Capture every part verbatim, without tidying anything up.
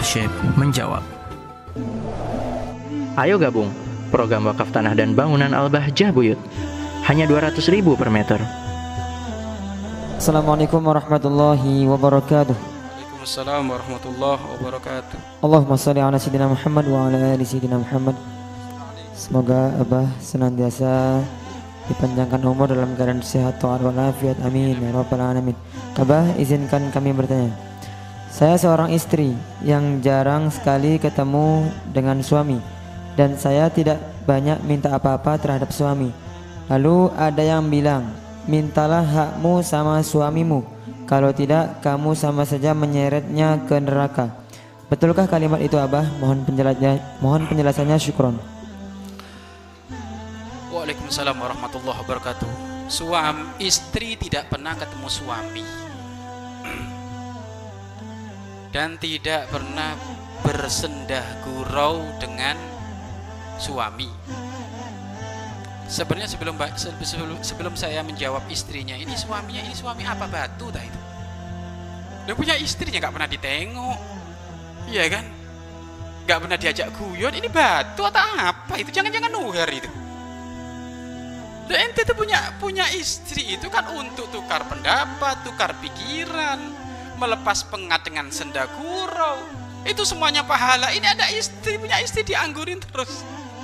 Syekh menjawab. Ayo gabung program wakaf tanah dan bangunan Al-Bahjah Buyut. Hanya dua ratus ribu per meter. Assalamualaikum warahmatullahi wabarakatuh. Waalaikumsalam warahmatullahi wabarakatuh. Allahumma sholli ala sayyidina Muhammad wa ala ali sayyidina Muhammad. Semoga Abah senantiasa dipanjangkan umur dalam keadaan sehat walafiat, amin ya rabbal alamin. Abah, izinkan kami bertanya. Saya seorang istri yang jarang sekali ketemu dengan suami, dan saya tidak banyak minta apa-apa terhadap suami. Lalu ada yang bilang, mintalah hakmu sama suamimu, kalau tidak kamu sama saja menyeretnya ke neraka. Betulkah kalimat itu Abah? Mohon penjelasannya, mohon penjelasannya, syukron. Waalaikumsalam warahmatullahi wabarakatuh. Suami istri tidak pernah ketemu suami dan tidak pernah bersendah gurau dengan suami. Sebenarnya sebelum, sebelum sebelum saya menjawab istrinya, ini suaminya, ini suami apa batu dah itu? Dia punya istrinya nggak pernah ditengok, iya kan? Nggak pernah diajak guyon, ini batu atau apa itu? Jangan-jangan nuher itu. Dan ente tuh punya punya istri itu kan untuk tukar pendapat, tukar pikiran, melepas pengat dengan senda gurau. Itu semuanya pahala. Ini ada istri, punya istri dianggurin terus.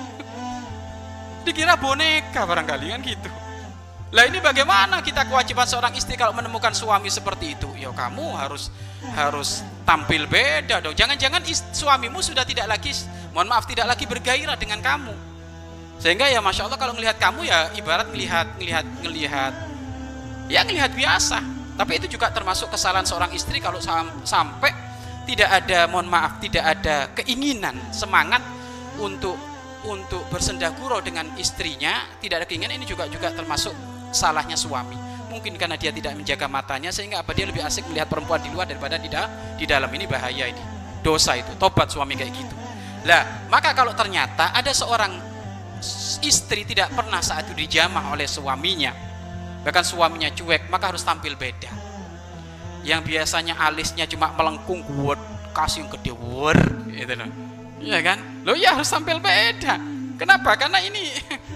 Dikira boneka barangkali kan gitu. Lah ini bagaimana kita kewajiban seorang istri kalau menemukan suami seperti itu? Ya kamu harus harus tampil beda dong. Jangan-jangan suamimu sudah tidak lagi, mohon maaf, tidak lagi bergairah dengan kamu. Sehingga ya masya Allah kalau melihat kamu ya ibarat melihat melihat melihat ya melihat biasa. Tapi itu juga termasuk kesalahan seorang istri kalau sam sampai tidak ada, mohon maaf, tidak ada keinginan, semangat untuk untuk bersendah gurau dengan istrinya, tidak ada keinginan. Ini juga juga termasuk salahnya suami. Mungkin karena dia tidak menjaga matanya sehingga apa, dia lebih asik melihat perempuan di luar daripada di, da di dalam. Ini bahaya, ini dosa, itu tobat suami kayak gitu. Lah maka kalau ternyata ada seorang istri tidak pernah saat itu dijamah oleh suaminya, bahkan suaminya cuek, maka harus tampil beda. Yang biasanya alisnya cuma melengkung, word, kasih yang gede, word, gitu loh. Iya kan? Loh ya harus tampil beda. Kenapa? Karena ini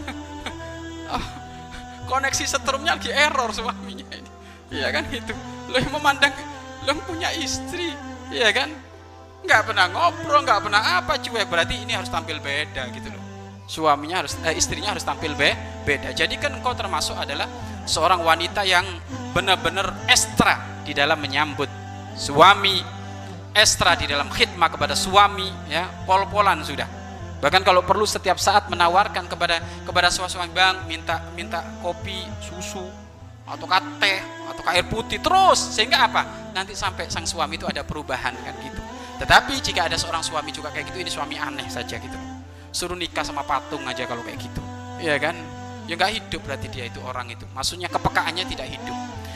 oh, koneksi setrumnya lagi error suaminya ini. Iya kan gitu. Lo yang memandang, lo yang punya istri, iya kan? Nggak pernah ngobrol, nggak pernah apa, cuek, berarti ini harus tampil beda gitu loh. Suaminya harus, eh, istrinya harus tampil be beda. Jadi kan engkau termasuk adalah seorang wanita yang benar-benar ekstra di dalam menyambut suami, ekstra di dalam khidmah kepada suami, ya, pol-polan sudah. Bahkan kalau perlu setiap saat menawarkan kepada kepada suami, bang, minta minta kopi, susu, atau teh, atau air putih terus, sehingga apa? Nanti sampai sang suami itu ada perubahan kan gitu. Tetapi jika ada seorang suami juga kayak gitu, ini suami aneh saja gitu. Suruh nikah sama patung aja kalau kayak gitu, ya kan? Ya nggak hidup berarti dia itu orang itu. Maksudnya kepekaannya tidak hidup.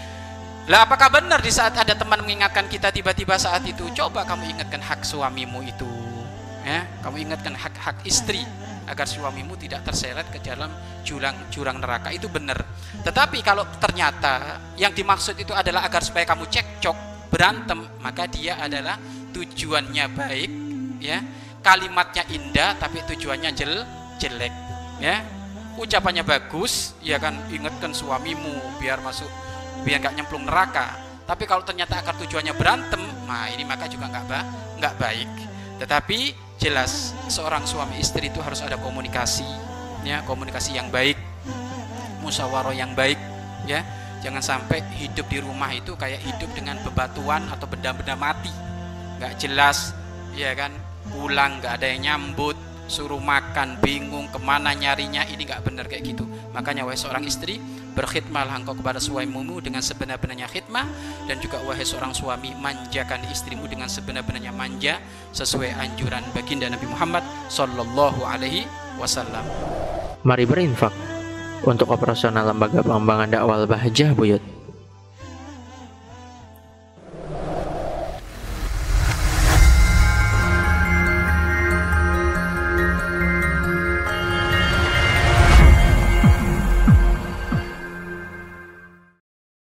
Lah apakah benar di saat ada teman mengingatkan kita tiba-tiba saat itu, coba kamu ingatkan hak suamimu itu, ya? Kamu ingatkan hak-hak istri agar suamimu tidak terseret ke dalam jurang jurang neraka, itu benar. Tetapi kalau ternyata yang dimaksud itu adalah agar supaya kamu cekcok, berantem, maka dia adalah tujuannya baik, ya. Kalimatnya indah tapi tujuannya jel jelek, ya. Ucapannya bagus, ya kan, ingatkan suamimu biar masuk, biar nggak nyemplung neraka. Tapi kalau ternyata akar tujuannya berantem, nah ini maka juga nggak ba nggak baik. Tetapi jelas seorang suami istri itu harus ada komunikasi, ya, komunikasi yang baik, musyawarah yang baik, ya. Jangan sampai hidup di rumah itu kayak hidup dengan bebatuan atau benda-benda mati, nggak jelas, ya kan. Pulang nggak ada yang nyambut, suruh makan bingung kemana nyarinya, ini nggak benar kayak gitu. Makanya wahai seorang istri, berkhidmahlah engkau kepada suamimu dengan sebenar-benarnya khidmah, dan juga wahai seorang suami, manjakan istrimu dengan sebenar-benarnya manja sesuai anjuran baginda Nabi Muhammad Sallallahu Alaihi Wasallam. Mari berinfak untuk operasional lembaga pengembangan dakwah Al-Bahjah Buyut.